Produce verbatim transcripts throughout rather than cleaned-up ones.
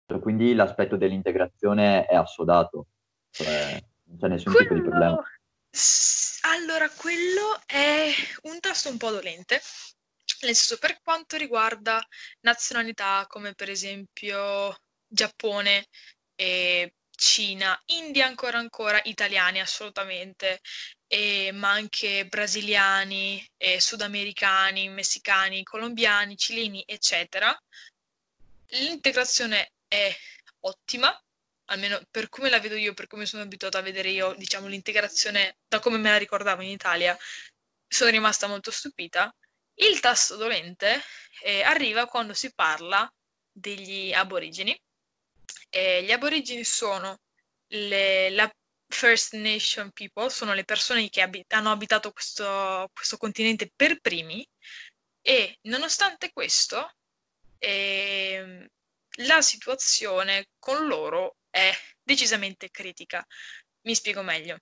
Quindi l'aspetto dell'integrazione è assodato, cioè non c'è nessun tipo di problema. Quello... s- Allora, quello è un tasto un po' dolente, nel senso per quanto riguarda nazionalità come per esempio Giappone e Cina, India ancora ancora, italiani assolutamente, e- ma anche brasiliani, e sudamericani, messicani, colombiani, cileni, eccetera. L'integrazione è ottima, almeno per come la vedo io, per come sono abituata a vedere io, diciamo, l'integrazione da come me la ricordavo in Italia, sono rimasta molto stupita. Il tasto dolente eh, arriva quando si parla degli aborigeni. E gli aborigeni sono le- la First Nation People, sono le persone che abi- hanno abitato questo, questo continente per primi e nonostante questo ehm, la situazione con loro è decisamente critica. Mi spiego meglio.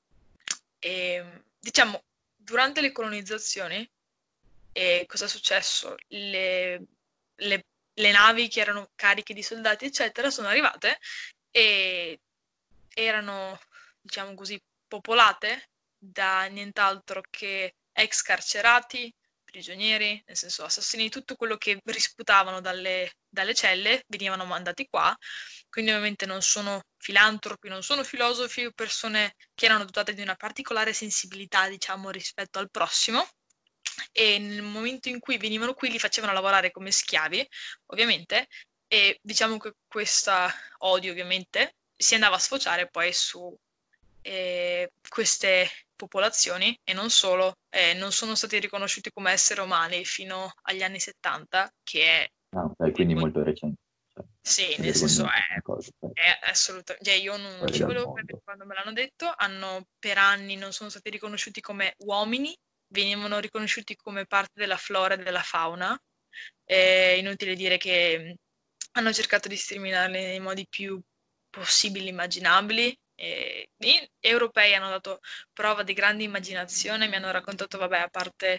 Ehm, diciamo, durante le colonizzazioni, eh, cosa è successo? Le, le- le navi che erano cariche di soldati, eccetera, sono arrivate e erano, diciamo così, popolate da nient'altro che ex carcerati, prigionieri, nel senso assassini, tutto quello che risputavano dalle, dalle celle venivano mandati qua. Quindi ovviamente non sono filantropi, non sono filosofi o persone che erano dotate di una particolare sensibilità, diciamo, rispetto al prossimo. E nel momento in cui venivano qui li facevano lavorare come schiavi, ovviamente, e diciamo che questo odio, ovviamente, si andava a sfociare poi su eh, queste popolazioni e non solo, eh, non sono stati riconosciuti come esseri umani fino agli anni settanta, che è Ah, ok, quindi molto recente, cioè, sì, è nel senso vergognoso è, come cosa, cioè, è assolutamente, cioè io non fuori ci dal volevo credere mondo. quando me l'hanno detto, hanno per anni non sono stati riconosciuti come uomini, venivano riconosciuti come parte della flora e della fauna. È inutile dire che mh, hanno cercato di sterminarli nei modi più possibili, immaginabili. E gli europei hanno dato prova di grande immaginazione, mi hanno raccontato, vabbè, a parte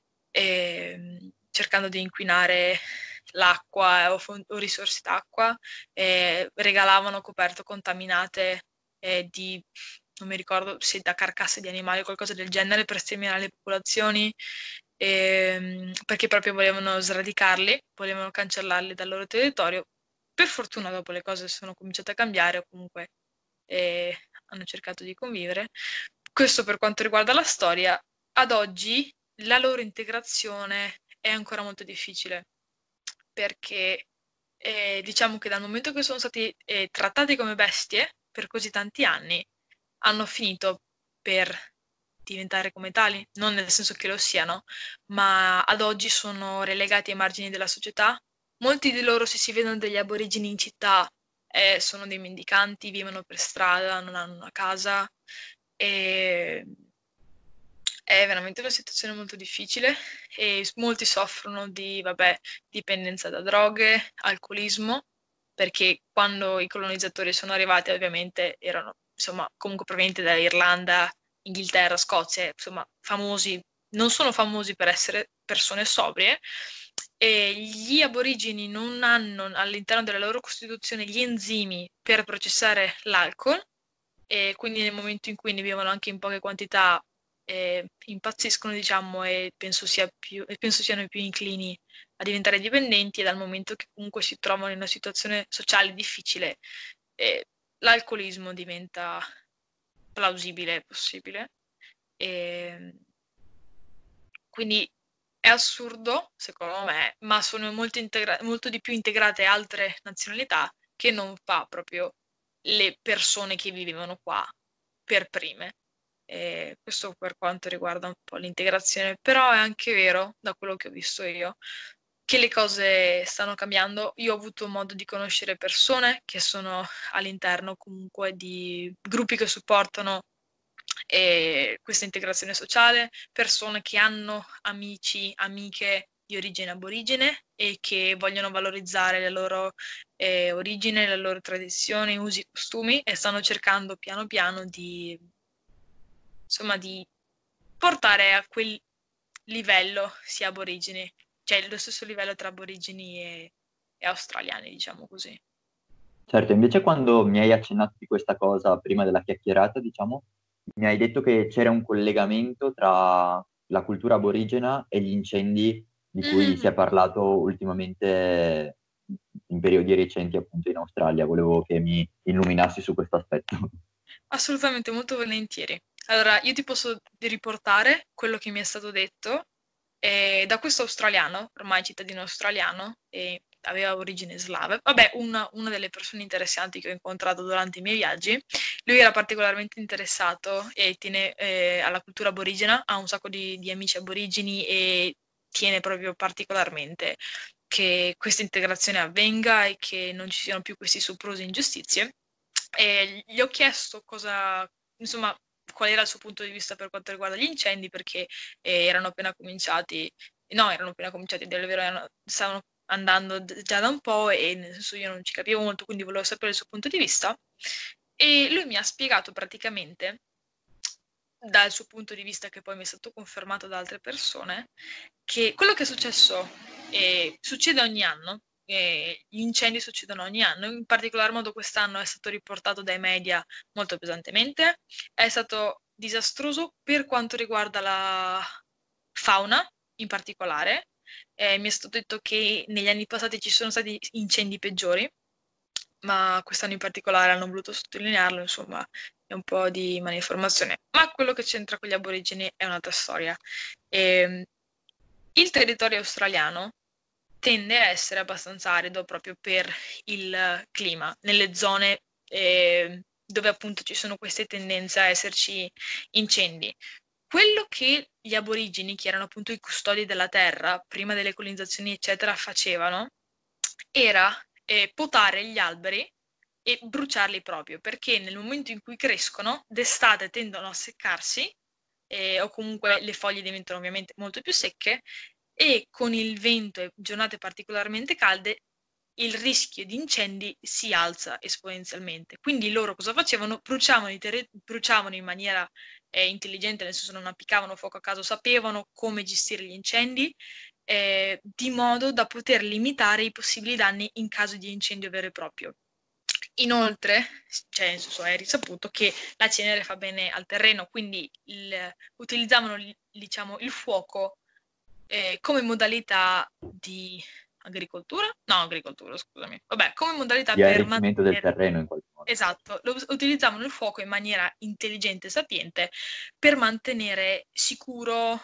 ehm, cercando di inquinare l'acqua o, fon- o risorse d'acqua, eh, regalavano coperte contaminate eh, di, non mi ricordo se da carcasse di animali o qualcosa del genere per sterminare le popolazioni, ehm, perché proprio volevano sradicarli, volevano cancellarli dal loro territorio. Per fortuna dopo le cose sono cominciate a cambiare o comunque eh, hanno cercato di convivere. Questo per quanto riguarda la storia, ad oggi la loro integrazione è ancora molto difficile perché eh, diciamo che dal momento che sono stati eh, trattati come bestie per così tanti anni, hanno finito per diventare come tali, non nel senso che lo siano, ma ad oggi sono relegati ai margini della società. Molti di loro, se si vedono degli aborigeni in città, eh, sono dei mendicanti, vivono per strada, non hanno una casa e è veramente una situazione molto difficile e s- molti soffrono di, vabbè, dipendenza da droghe, alcolismo, perché quando i colonizzatori sono arrivati ovviamente erano, insomma, comunque provenienti da Irlanda, Inghilterra, Scozia, insomma, famosi, non sono famosi per essere persone sobrie e gli aborigeni non hanno all'interno della loro costituzione gli enzimi per processare l'alcol e quindi nel momento in cui ne bevono anche in poche quantità eh, impazziscono, diciamo, e penso sia più, e penso siano più inclini a diventare dipendenti e dal momento che comunque si trovano in una situazione sociale difficile, eh, l'alcolismo diventa plausibile e possibile. E quindi è assurdo, secondo me, ma sono molto, integra- molto di più integrate altre nazionalità che non fa proprio le persone che vivevano qua per prime. E questo per quanto riguarda un po' l'integrazione, però è anche vero, da quello che ho visto io, che le cose stanno cambiando. Io ho avuto modo di conoscere persone che sono all'interno comunque di gruppi che supportano eh, questa integrazione sociale, persone che hanno amici, amiche di origine aborigene e che vogliono valorizzare le loro eh, origini, le loro tradizioni, usi e costumi e stanno cercando piano piano di, insomma, di portare a quel livello sia aborigeni, cioè lo stesso livello tra aborigeni e, e australiani, diciamo così. Certo, invece quando mi hai accennato di questa cosa prima della chiacchierata, diciamo, mi hai detto che c'era un collegamento tra la cultura aborigena e gli incendi di cui si Mhm. è parlato ultimamente in periodi recenti appunto in Australia. Volevo che mi illuminassi su questo aspetto. Assolutamente, molto volentieri. Allora, io ti posso riportare quello che mi è stato detto eh, da questo australiano, ormai cittadino australiano, e aveva origini slave. Vabbè, una, una delle persone interessanti che ho incontrato durante i miei viaggi. Lui era particolarmente interessato e tiene eh, alla cultura aborigena, ha un sacco di, di amici aborigeni e tiene proprio particolarmente che questa integrazione avvenga e che non ci siano più questi soprusi e ingiustizie. E gli ho chiesto cosa, insomma, qual era il suo punto di vista per quanto riguarda gli incendi, perché eh, erano appena cominciati, no, erano appena cominciati, a dire il vero, erano- stavano andando d- già da un po' e nel senso io non ci capivo molto, quindi volevo sapere il suo punto di vista. E lui mi ha spiegato praticamente, dal suo punto di vista, che poi mi è stato confermato da altre persone, che quello che è successo eh, succede ogni anno, eh, gli incendi succedono ogni anno, in particolar modo quest'anno è stato riportato dai media molto pesantemente, è stato disastroso per quanto riguarda la fauna in particolare. Eh, mi è stato detto che negli anni passati ci sono stati incendi peggiori, ma quest'anno in particolare hanno voluto sottolinearlo, insomma, è un po' di malinformazione. Ma quello che c'entra con gli aborigeni è un'altra storia. E, il territorio australiano tende a essere abbastanza arido proprio per il clima, nelle zone eh, dove appunto ci sono queste tendenze a esserci incendi. Quello che gli aborigeni, che erano appunto i custodi della terra, prima delle colonizzazioni, eccetera, facevano era eh, potare gli alberi e bruciarli proprio, perché nel momento in cui crescono, d'estate tendono a seccarsi, eh, o comunque le foglie diventano ovviamente molto più secche, e con il vento e giornate particolarmente calde il rischio di incendi si alza esponenzialmente. Quindi loro cosa facevano? Bruciavano, i terre- bruciavano in maniera eh, intelligente, nel senso non appiccavano fuoco a caso, sapevano come gestire gli incendi, eh, di modo da poter limitare i possibili danni in caso di incendio vero e proprio. Inoltre, cioè, nel senso, è risaputo che la cenere fa bene al terreno, quindi il- utilizzavano, diciamo, il fuoco eh, come modalità di agricoltura? No, agricoltura, scusami. Vabbè, come modalità Di per arricchimento del mantenere. terreno in qualche modo. Esatto, lo us- utilizzavano il fuoco in maniera intelligente e sapiente per mantenere sicuro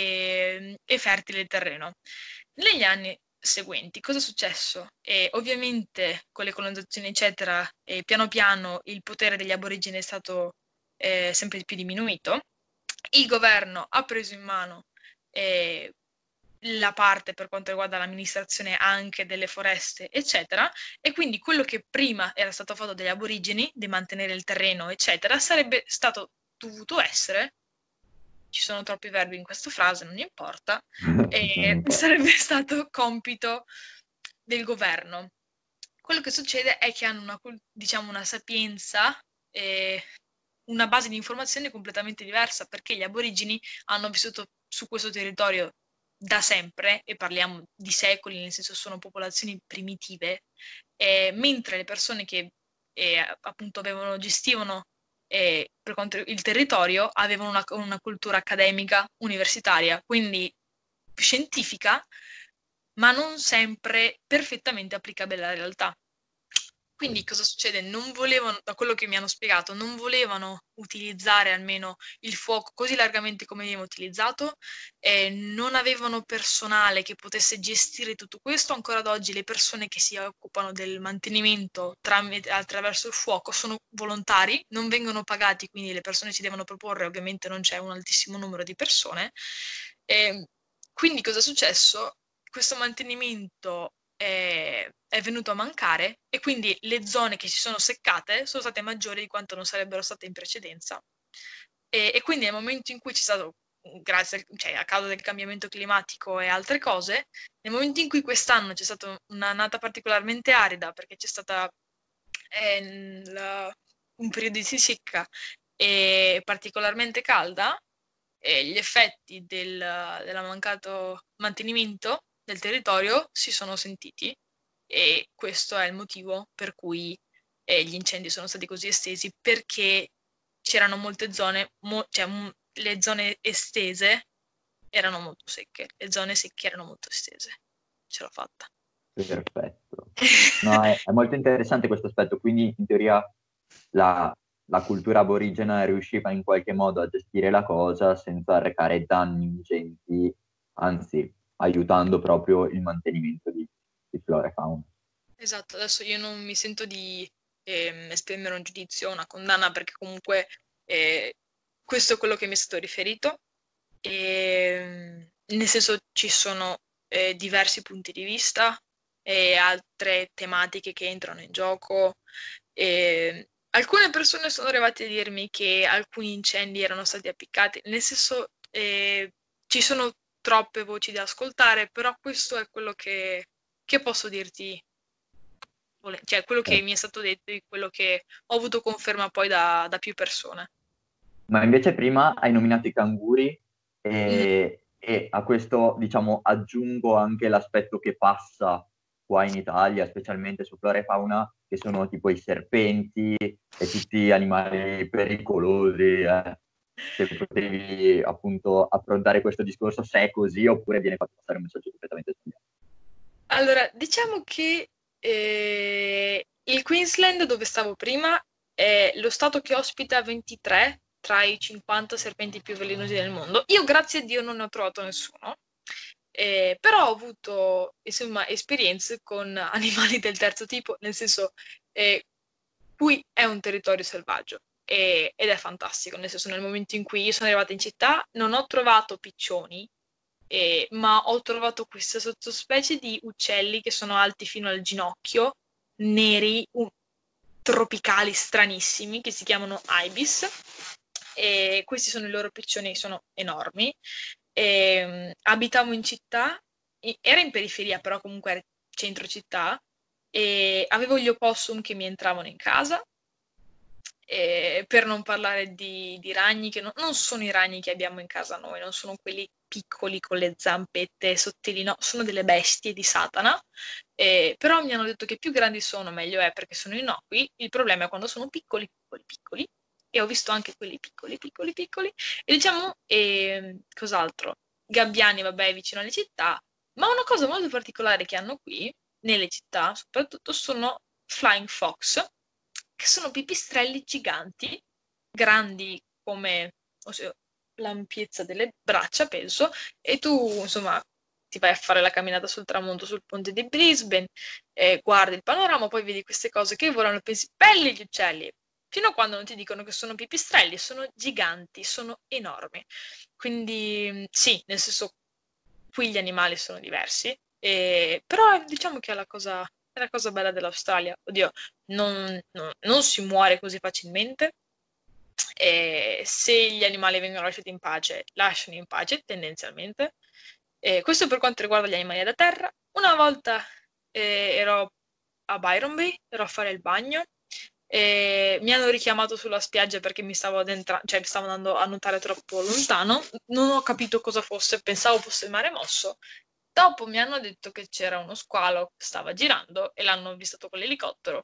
e, e fertile il terreno. Negli anni seguenti, cosa è successo? E ovviamente con le colonizzazioni, eccetera, e piano piano il potere degli aborigeni è stato eh, sempre di più diminuito. Il governo ha preso in mano eh, la parte per quanto riguarda l'amministrazione anche delle foreste, eccetera, e quindi quello che prima era stato fatto dagli aborigeni, di mantenere il terreno, eccetera, sarebbe stato dovuto essere, ci sono troppi verbi in questa frase, non importa, Non e importa. sarebbe stato compito del governo. Quello che succede è che hanno una, cul- diciamo, una sapienza e una base di informazione completamente diversa, perché gli aborigeni hanno vissuto su questo territorio da sempre, e parliamo di secoli, nel senso sono popolazioni primitive, eh, mentre le persone che eh, appunto avevano, gestivano eh, per quanto il territorio avevano una, una cultura accademica, universitaria, quindi scientifica, ma non sempre perfettamente applicabile alla realtà. Quindi cosa succede? Non volevano, da quello che mi hanno spiegato, non volevano utilizzare almeno il fuoco così largamente come veniva utilizzato, eh, non avevano personale che potesse gestire tutto questo. Ancora ad oggi le persone che si occupano del mantenimento tramite, attraverso il fuoco sono volontari, non vengono pagati, quindi le persone si devono proporre, ovviamente non c'è un altissimo numero di persone. E quindi cosa è successo? Questo mantenimento è, è venuto a mancare e quindi le zone che si sono seccate sono state maggiori di quanto non sarebbero state in precedenza. E, e quindi nel momento in cui c'è stato, grazie, cioè a causa del cambiamento climatico e altre cose, nel momento in cui quest'anno c'è stata un'annata particolarmente arida perché c'è stata eh, la- un periodo di secca e particolarmente calda, e gli effetti del, del mancato mantenimento del territorio si sono sentiti, e questo è il motivo per cui e gli incendi sono stati così estesi perché c'erano molte zone, mo- cioè m- le zone estese erano molto secche, le zone secche erano molto estese. Ce l'ho fatta. Perfetto. No, è, è molto interessante questo aspetto, quindi in teoria la, la cultura aborigena riusciva in qualche modo a gestire la cosa senza arrecare danni ingenti, anzi aiutando proprio il mantenimento di, di flora e fauna. Esatto, adesso io non mi sento di ehm, esprimere un giudizio, una condanna, perché comunque eh, questo è quello che mi è stato riferito. E, nel senso ci sono eh, diversi punti di vista e altre tematiche che entrano in gioco. E alcune persone sono arrivate a dirmi che alcuni incendi erano stati appiccati, nel senso eh, ci sono troppe voci da ascoltare, però questo è quello che, che posso dirti, vole- cioè quello che Eh, mi è stato detto e quello che ho avuto conferma poi da, da più persone. Ma invece prima hai nominato i canguri Mm. e, e a questo, diciamo, aggiungo anche l'aspetto che passa qua in Italia, specialmente su flora e fauna, che sono tipo i serpenti e tutti animali pericolosi. eh. Se potevi appunto affrontare questo discorso, se è così oppure viene fatto passare un messaggio completamente sbagliato. Allora, diciamo che eh, il Queensland, dove stavo prima, è lo stato che ospita ventitré tra i cinquanta serpenti più velenosi del mondo. Io, grazie a Dio, non ne ho trovato nessuno, eh, però ho avuto, insomma, esperienze con animali del terzo tipo, nel senso, eh, qui è un territorio selvaggio e- ed è fantastico, nel senso, nel momento in cui io sono arrivata in città, non ho trovato piccioni, eh, ma ho trovato questa sottospecie di uccelli che sono alti fino al ginocchio, neri, un- tropicali stranissimi, che si chiamano ibis. E questi sono i loro piccioni, sono enormi. E, mm, abitavo in città, i- era in periferia, però comunque era centro città, e avevo gli opossum che mi entravano in casa, e per non parlare di, di ragni, che no- non sono i ragni che abbiamo in casa noi, non sono quelli piccoli con le zampette sottili, no, sono delle bestie di Satana. Eh, però mi hanno detto che più grandi sono, meglio è perché sono innocui. Il problema è quando sono piccoli, piccoli, piccoli. E ho visto anche quelli piccoli, piccoli, piccoli. E diciamo, ehm, cos'altro? Gabbiani, vabbè, vicino alle città. Ma una cosa molto particolare che hanno qui, nelle città, soprattutto, sono flying fox, che sono pipistrelli giganti, grandi come ossia, l'ampiezza delle braccia, penso, e tu, insomma, ti vai a fare la camminata sul tramonto sul ponte di Brisbane, eh, guardi il panorama, poi vedi queste cose che volano e pensi, belli gli uccelli, fino a quando non ti dicono che sono pipistrelli, sono giganti, sono enormi. Quindi sì, nel senso, qui gli animali sono diversi, e- però diciamo che è la cosa, è la cosa bella dell'Australia. Oddio, non, non- non si muore così facilmente. E se gli animali vengono lasciati in pace, lasciano in pace tendenzialmente. E questo per quanto riguarda gli animali da terra. Una volta eh, ero a Byron Bay, ero a fare il bagno e mi hanno richiamato sulla spiaggia perché mi stavo addentrando, cioè mi stavo andando a nuotare troppo lontano. Non ho capito cosa fosse, pensavo fosse il mare mosso. Dopo mi hanno detto che c'era uno squalo che stava girando e l'hanno avvistato con l'elicottero.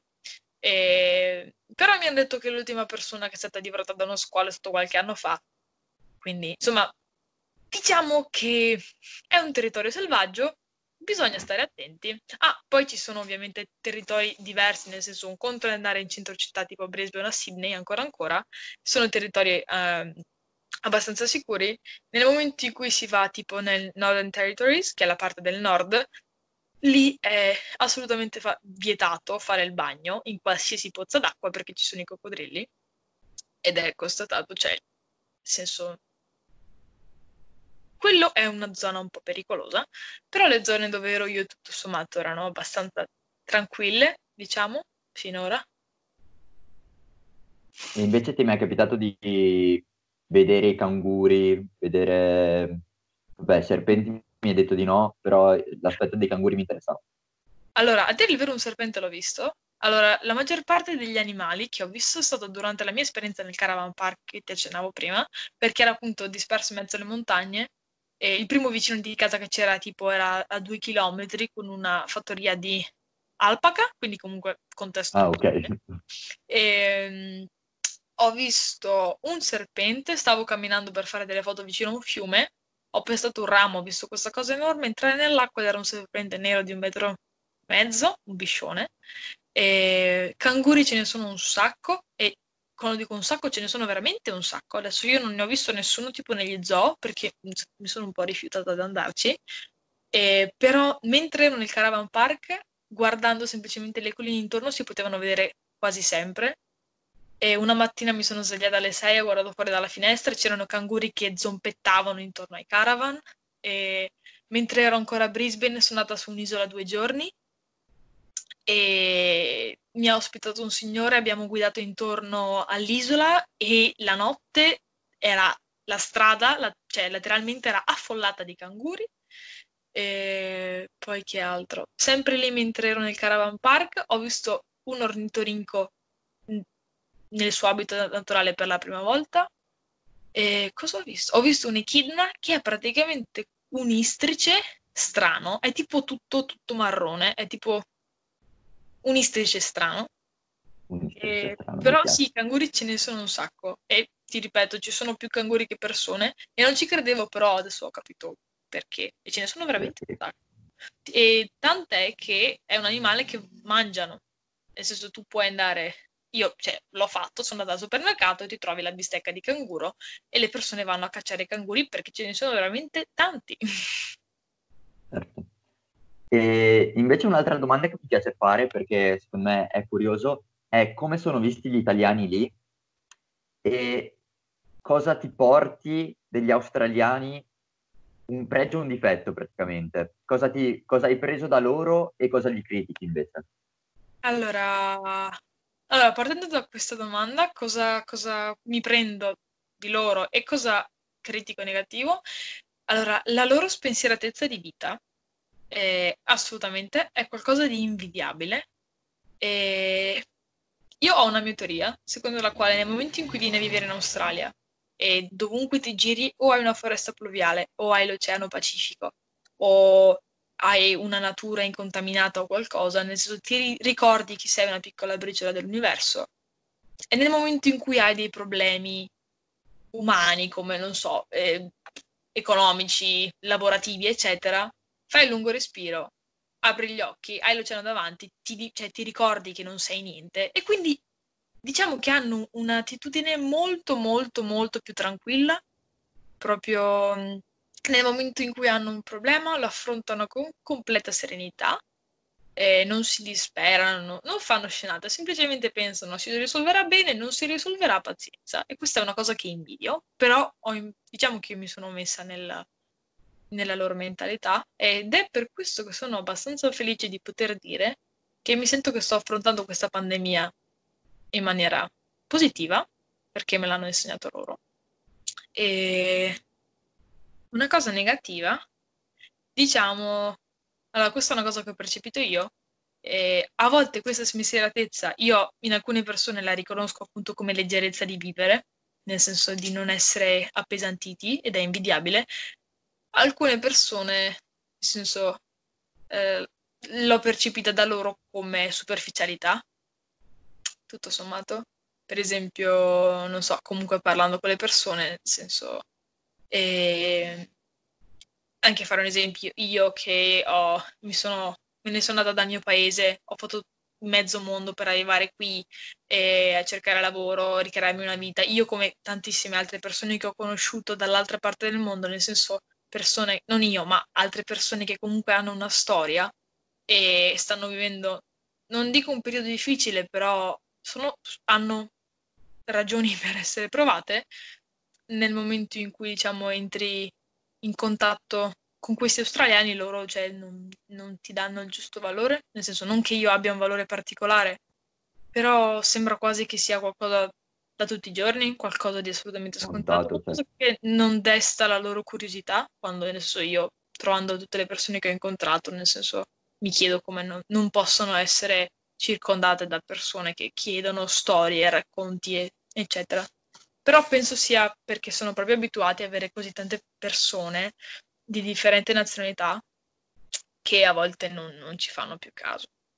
E- Però mi hanno detto che l'ultima persona che è stata divorata da uno squalo è stato qualche anno fa. Quindi, insomma, diciamo che è un territorio selvaggio, bisogna stare attenti. Ah, poi ci sono ovviamente territori diversi, nel senso un conto è andare in centro città tipo Brisbane o a Sydney, ancora ancora, sono territori ehm, abbastanza sicuri. Nel momento in cui si va tipo nel Northern Territories, che è la parte del nord, lì è assolutamente fa- vietato fare il bagno in qualsiasi pozza d'acqua perché ci sono i coccodrilli ed è constatato, cioè, nel senso, quello è una zona un po' pericolosa, però le zone dove ero io tutto sommato erano abbastanza tranquille, diciamo, finora. E invece ti è mai capitato di vedere i canguri, vedere... Vabbè, serpenti mi hai detto di no, però l'aspetto dei canguri mi interessava. Allora, a dire il vero un serpente l'ho visto. Allora, la maggior parte degli animali che ho visto è stato durante la mia esperienza nel caravan park che ti accennavo prima, perché era appunto disperso in mezzo alle montagne. E il primo vicino di casa che c'era tipo era a due chilometri con una fattoria di alpaca, quindi comunque contesto Ah, ok. naturale. E, ho visto un serpente, stavo camminando per fare delle foto vicino a un fiume, ho pestato un ramo, ho visto questa cosa enorme, entrare nell'acqua ed era un serpente nero di un metro e mezzo, un biscione. E canguri ce ne sono un sacco e quando dico un sacco ce ne sono veramente un sacco. Adesso io non ne ho visto nessuno tipo negli zoo perché mi sono un po' rifiutata ad andarci. E, però mentre ero nel Caravan Park, guardando semplicemente le colline intorno si potevano vedere quasi sempre. E una mattina mi sono svegliata alle sei, ho guardato fuori dalla finestra, c'erano canguri che zompettavano intorno ai caravan. E mentre ero ancora a Brisbane sono andata su un'isola due giorni e mi ha ospitato un signore, abbiamo guidato intorno all'isola e la notte era la strada, la- cioè letteralmente era affollata di canguri. E poi che altro? Sempre lì mentre ero nel Caravan Park ho visto un ornitorinco n- nel suo abito naturale per la prima volta. E cosa ho visto? Ho visto un echidna che è praticamente un istrice strano, è tipo tutto, tutto marrone, è tipo un istrice strano. Un strisce E- strano, mi però sì, piace. i canguri ce ne sono un sacco e ti ripeto, ci sono più canguri che persone e non ci credevo, però adesso ho capito perché e ce ne sono veramente un Perché sacco. E tant'è che è un animale che mangiano, nel senso tu puoi andare, io cioè, l'ho fatto, sono andata al supermercato e ti trovi la bistecca di canguro e le persone vanno a cacciare i canguri perché ce ne sono veramente tanti. certo. E invece un'altra domanda che mi piace fare, perché secondo me è curioso, è come sono visti gli italiani lì e cosa ti porti degli australiani, un pregio e un difetto praticamente. Cosa, ti- cosa hai preso da loro e cosa gli critichi invece? Allora, allora, partendo da questa domanda, cosa, cosa mi prendo di loro e cosa critico negativo? Allora, la loro spensieratezza di vita è assolutamente è qualcosa di invidiabile. E io ho una mia teoria, secondo la quale nel momento in cui vieni a vivere in Australia e dovunque ti giri o hai una foresta pluviale o hai l'Oceano Pacifico o hai una natura incontaminata o qualcosa, nel senso ti ri- ricordi che sei una piccola briciola dell'universo e nel momento in cui hai dei problemi umani come, non so, eh, economici, lavorativi, eccetera, fai un lungo respiro, apri gli occhi, hai l'oceano davanti, ti, di- cioè, ti ricordi che non sei niente e quindi diciamo che hanno un'attitudine molto, molto, molto più tranquilla, proprio mh, nel momento in cui hanno un problema lo affrontano con completa serenità, eh, non si disperano, non fanno scenate, semplicemente pensano si risolverà bene, non si risolverà, pazienza. E questa è una cosa che invidio, però ho in- diciamo che io mi sono messa nella, nella loro mentalità ed è per questo che sono abbastanza felice di poter dire che mi sento che sto affrontando questa pandemia in maniera positiva, perché me l'hanno insegnato loro. E una cosa negativa, diciamo, allora questa è una cosa che ho percepito io, e a volte questa smissieratezza io in alcune persone la riconosco appunto come leggerezza di vivere, nel senso di non essere appesantiti ed è invidiabile. Alcune persone, nel senso, eh, l'ho percepita da loro come superficialità, tutto sommato. Per esempio, non so, comunque parlando con le persone, nel senso, e anche fare un esempio, io che ho, mi sono, me ne sono andata dal mio paese, ho fatto mezzo mondo per arrivare qui e a cercare lavoro, ricrearmi una vita. Io come tantissime altre persone che ho conosciuto dall'altra parte del mondo, nel senso persone, non io, ma altre persone che comunque hanno una storia e stanno vivendo, non dico un periodo difficile, però sono- hanno ragioni per essere provate nel momento in cui, diciamo, entri in contatto con questi australiani, loro, cioè, non, non ti danno il giusto valore, nel senso non che io abbia un valore particolare, però sembra quasi che sia qualcosa da tutti i giorni, qualcosa di assolutamente scontato, Contato, cioè, qualcosa che non desta la loro curiosità, quando adesso io, trovando tutte le persone che ho incontrato, nel senso mi chiedo come non, non possono essere circondate da persone che chiedono storie, racconti, e- eccetera. Però penso sia perché sono proprio abituati a avere così tante persone di differente nazionalità che a volte non, non ci fanno più caso.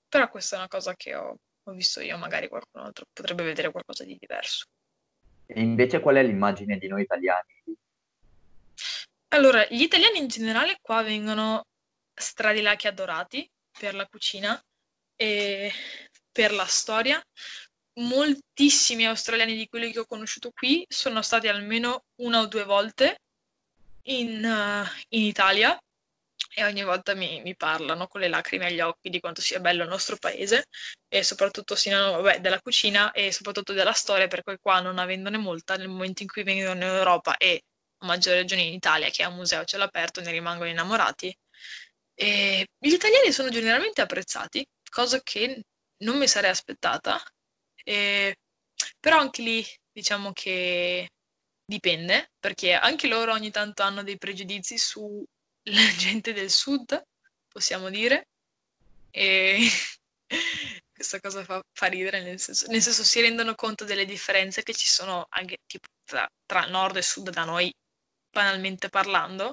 Però questa è una cosa che ho, ho visto io, magari qualcun altro potrebbe vedere qualcosa di diverso. E invece qual è l'immagine di noi italiani? Allora, gli italiani in generale qua vengono stradilati adorati per la cucina e per la storia. Moltissimi australiani di quelli che ho conosciuto qui sono stati almeno una o due volte in, uh, in Italia e ogni volta mi, mi, parlano con le lacrime agli occhi di quanto sia bello il nostro paese e soprattutto siano, vabbè, della cucina e soprattutto della storia, perché qua non avendone molta, nel momento in cui vengono in Europa e a maggior ragione in Italia, che ha un museo a cielo aperto, ne rimangono innamorati. E gli italiani sono generalmente apprezzati, cosa che non mi sarei aspettata, e, però anche lì diciamo che dipende, perché anche loro ogni tanto hanno dei pregiudizi sulla gente del sud, possiamo dire, e questa cosa fa, fa ridere, nel senso, nel senso si rendono conto delle differenze che ci sono anche tipo tra, tra nord e sud da noi, banalmente parlando,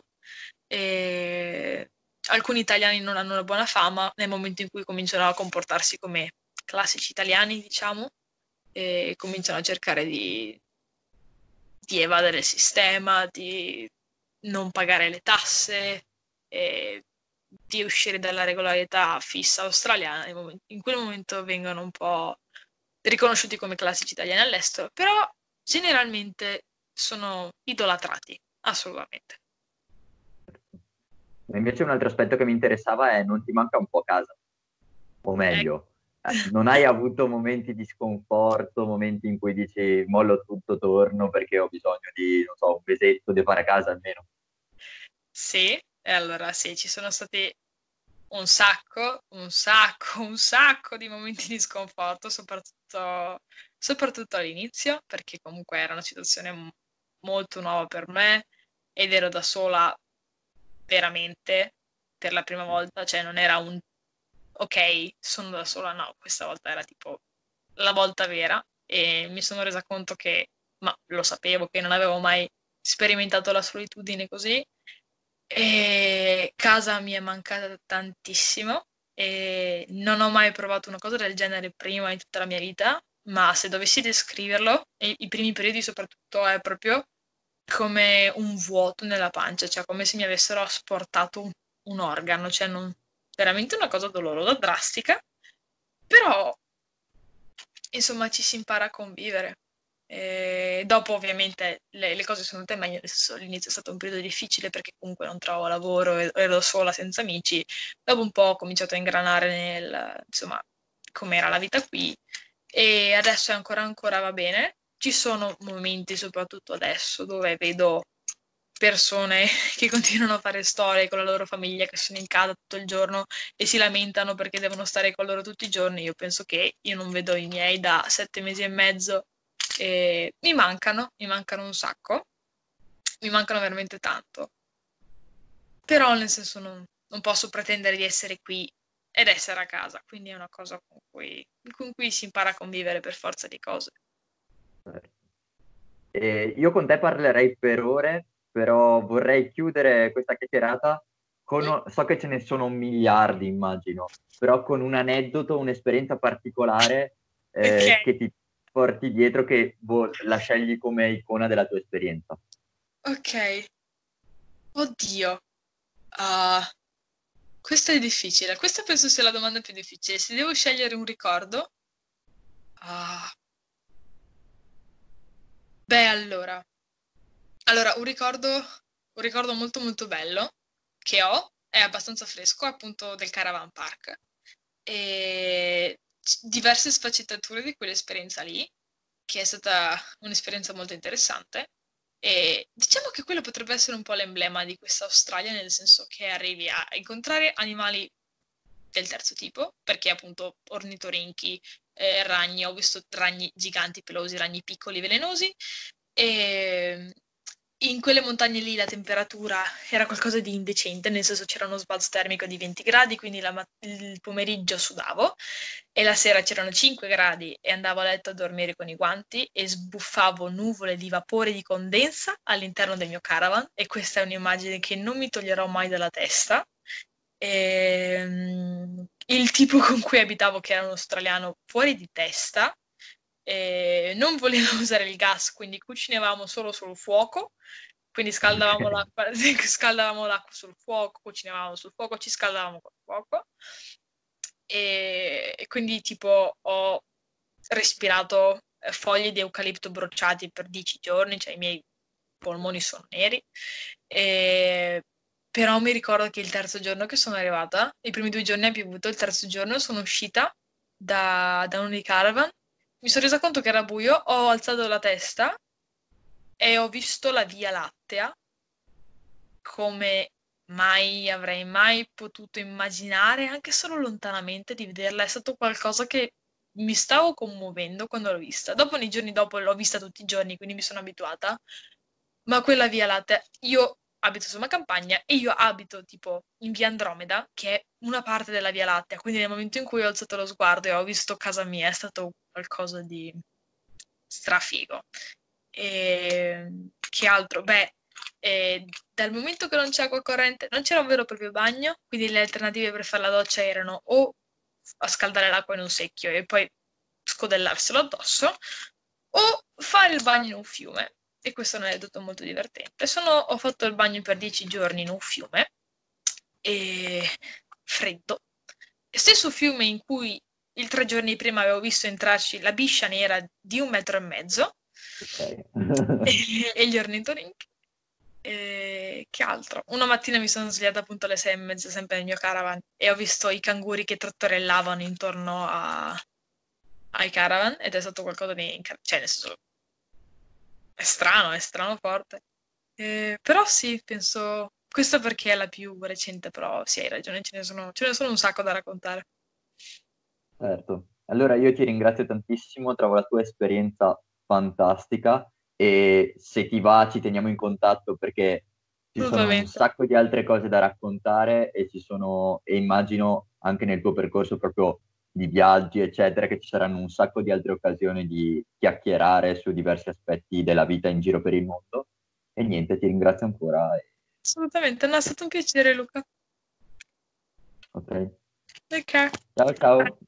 e alcuni italiani non hanno una buona fama nel momento in cui cominciano a comportarsi come classici italiani, diciamo, e cominciano a cercare di, di evadere il sistema, di non pagare le tasse, e di uscire dalla regolarità fissa australiana. In quel momento vengono un po' riconosciuti come classici italiani all'estero, però generalmente sono idolatrati, assolutamente. Invece un altro aspetto che mi interessava è non ti manca un po' casa, o Ecco. meglio, eh, non hai avuto momenti di sconforto, momenti in cui dici mollo tutto, torno perché ho bisogno di, non so, un mesetto di fare a casa almeno. Sì, e allora sì, ci sono stati un sacco, un sacco, un sacco di momenti di sconforto, soprattutto, soprattutto all'inizio, perché comunque era una situazione m- molto nuova per me ed ero da sola veramente per la prima volta, cioè non era un ok, sono da sola, no, questa volta era tipo la volta vera e mi sono resa conto che, ma lo sapevo che non avevo mai sperimentato la solitudine così e casa mi è mancata tantissimo e non ho mai provato una cosa del genere prima in tutta la mia vita, ma se dovessi descriverlo, e i primi periodi soprattutto è proprio come un vuoto nella pancia, cioè come se mi avessero asportato un, un organo, cioè non, veramente una cosa dolorosa, drastica, però insomma ci si impara a convivere. E dopo ovviamente le, le cose sono andate meglio, adesso all'inizio è stato un periodo difficile perché comunque non trovo lavoro, e- ero sola senza amici, dopo un po' ho cominciato a ingranare nel, insomma, com'era la vita qui e adesso è ancora ancora va bene. Ci sono momenti, soprattutto adesso, dove vedo persone che continuano a fare storie con la loro famiglia, che sono in casa tutto il giorno e si lamentano perché devono stare con loro tutti i giorni. Io penso che io non vedo i miei da sette mesi e mezzo e mi mancano, mi mancano un sacco, mi mancano veramente tanto. Però nel senso non, non posso pretendere di essere qui ed essere a casa, quindi è una cosa con cui, con cui si impara a convivere per forza di cose. E io con te parlerei per ore, però vorrei chiudere questa chiacchierata con, so che ce ne sono miliardi, immagino, però con un aneddoto, un'esperienza particolare Ok, eh, che ti porti dietro, che boh, la scegli come icona della tua esperienza. ok. Oddio. Ah, questa è difficile. Questa penso sia la domanda più difficile. Se devo scegliere un ricordo. Ah. Beh, allora. Allora, un ricordo, un ricordo molto molto bello che ho, è abbastanza fresco, è appunto del Caravan Park. E c- diverse sfaccettature di quell'esperienza lì, che è stata un'esperienza molto interessante. E diciamo che quello potrebbe essere un po' l'emblema di questa Australia, nel senso che arrivi a incontrare animali del terzo tipo, perché appunto ornitorinchi, eh, ragni, ho visto ragni giganti pelosi, ragni piccoli velenosi, e in quelle montagne lì la temperatura era qualcosa di indecente, nel senso c'era uno sbalzo termico di venti gradi, quindi la mat- il pomeriggio sudavo e la sera c'erano cinque gradi e andavo a letto a dormire con i guanti e sbuffavo nuvole di vapore di condensa all'interno del mio caravan e questa è un'immagine che non mi toglierò mai dalla testa. E, il tipo con cui abitavo, che era un australiano fuori di testa, eh, non voleva usare il gas, quindi cucinavamo solo sul fuoco, quindi scaldavamo Ok. l'acqua, scaldavamo l'acqua sul fuoco, cucinavamo sul fuoco, ci scaldavamo col fuoco. E, e quindi tipo ho respirato eh, foglie di eucalipto bruciati per dieci giorni, cioè i miei polmoni sono neri. E... Però mi ricordo che il terzo giorno che sono arrivata, i primi due giorni ha piovuto, il terzo giorno sono uscita da, da uno dei caravan, mi sono resa conto che era buio, ho alzato la testa e ho visto la Via Lattea come mai avrei mai potuto immaginare, anche solo lontanamente, di vederla. È stato qualcosa che mi stavo commuovendo quando l'ho vista. Dopo, nei giorni dopo, l'ho vista tutti i giorni, quindi mi sono abituata. Ma quella Via Lattea, io abito su una campagna e io abito tipo in via Andromeda, che è una parte della Via Lattea. Quindi nel momento in cui ho alzato lo sguardo e ho visto casa mia, è stato qualcosa di strafigo. E che altro? Beh, eh, dal momento che non c'è acqua corrente, non c'era un vero e proprio bagno, quindi le alternative per fare la doccia erano o a scaldare l'acqua in un secchio e poi scodellarselo addosso, o fare il bagno in un fiume. E questo è un aneddoto molto divertente. Sono, ho fatto il bagno per dieci giorni in un fiume, e freddo. Stesso fiume in cui il tre giorni prima avevo visto entrarci la biscia nera di un metro e mezzo Ok. e, e gli ornitorinchi. E che altro? Una mattina mi sono svegliata appunto alle sei e mezza, sempre nel mio caravan, e ho visto i canguri che trottorellavano intorno a- ai caravan, ed è stato qualcosa di inca- cioè nel senso è strano, è strano forte. Eh, però sì, penso questo perché è la più recente, però sì, hai ragione, ce ne sono, ce ne sono un sacco da raccontare. Certo. Allora io ti ringrazio tantissimo, trovo la tua esperienza fantastica e se ti va ci teniamo in contatto perché ci sono un Assolutamente. sacco di altre cose da raccontare e ci sono, e immagino anche nel tuo percorso proprio di viaggi, eccetera, che ci saranno un sacco di altre occasioni di chiacchierare su diversi aspetti della vita in giro per il mondo. E niente, ti ringrazio ancora. Assolutamente, no, è stato un piacere, Luca. Ok. Ok. Ciao ciao.